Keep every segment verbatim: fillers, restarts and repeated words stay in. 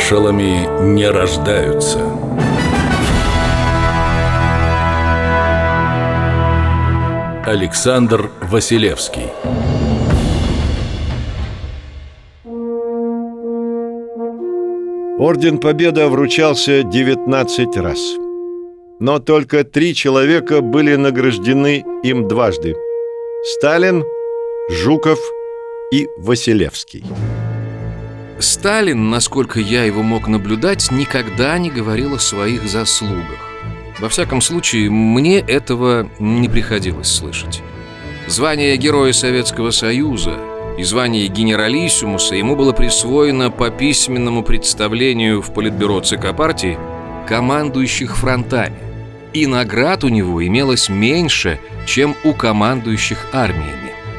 Маршалами не рождаются. Александр Василевский. Орден Победы вручался девятнадцать раз. Но только три человека были награждены им дважды: Сталин, Жуков и Василевский. Сталин, насколько я его мог наблюдать, никогда не говорил о своих заслугах. Во всяком случае, мне этого не приходилось слышать. Звание Героя Советского Союза и звание генералиссимуса ему было присвоено по письменному представлению в Политбюро ЦК партии командующих фронтами, и наград у него имелось меньше, чем у командующих армиями.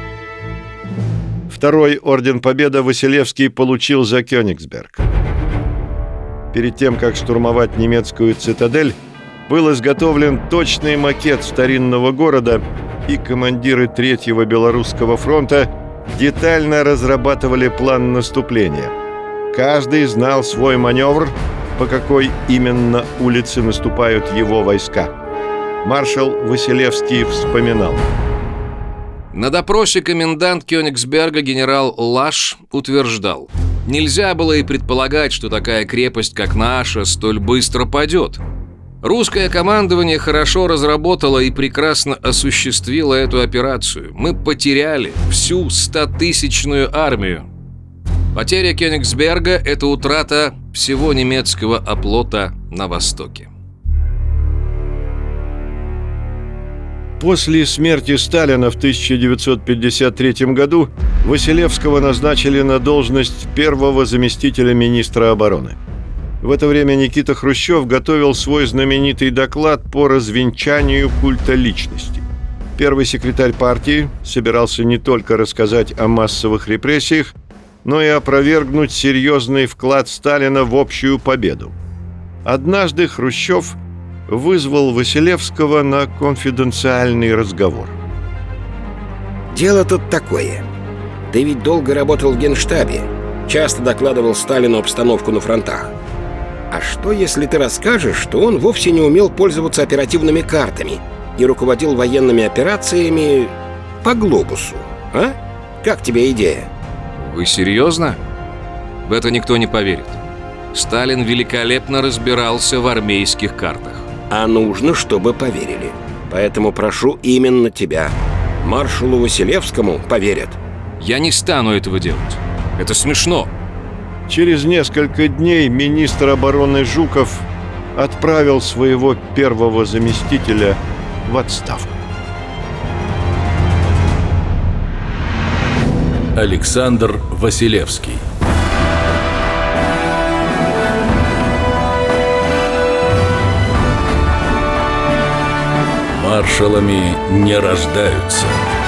Второй орден Победы Василевский получил за Кёнигсберг. Перед тем, как штурмовать немецкую цитадель, был изготовлен точный макет старинного города, и командиры Третьего Белорусского фронта детально разрабатывали план наступления. Каждый знал свой маневр, по какой именно улице наступают его войска. Маршал Василевский вспоминал: на допросе комендант Кёнигсберга генерал Лаш утверждал: нельзя было и предполагать, что такая крепость, как наша, столь быстро падет. Русское командование хорошо разработало и прекрасно осуществило эту операцию. Мы потеряли всю стотысячную армию. Потеря Кёнигсберга – это утрата всего немецкого оплота на востоке. После смерти Сталина в тысяча девятьсот пятьдесят третьем году Василевского назначили на должность первого заместителя министра обороны. В это время Никита Хрущев готовил свой знаменитый доклад по развенчанию культа личности. Первый секретарь партии собирался не только рассказать о массовых репрессиях, но и опровергнуть серьезный вклад Сталина в общую победу. Однажды Хрущев вызвал Василевского на конфиденциальный разговор. Дело тут такое. Ты ведь долго работал в Генштабе, часто докладывал Сталину обстановку на фронтах. А что, если ты расскажешь, что он вовсе не умел пользоваться оперативными картами и руководил военными операциями по глобусу, а? Как тебе идея? Вы серьезно? В это никто не поверит. Сталин великолепно разбирался в армейских картах. А нужно, чтобы поверили. Поэтому прошу именно тебя. Маршалу Василевскому поверят. Я не стану этого делать. Это смешно. Через несколько дней министр обороны Жуков отправил своего первого заместителя в отставку. Александр Василевский. Маршалами не рождаются.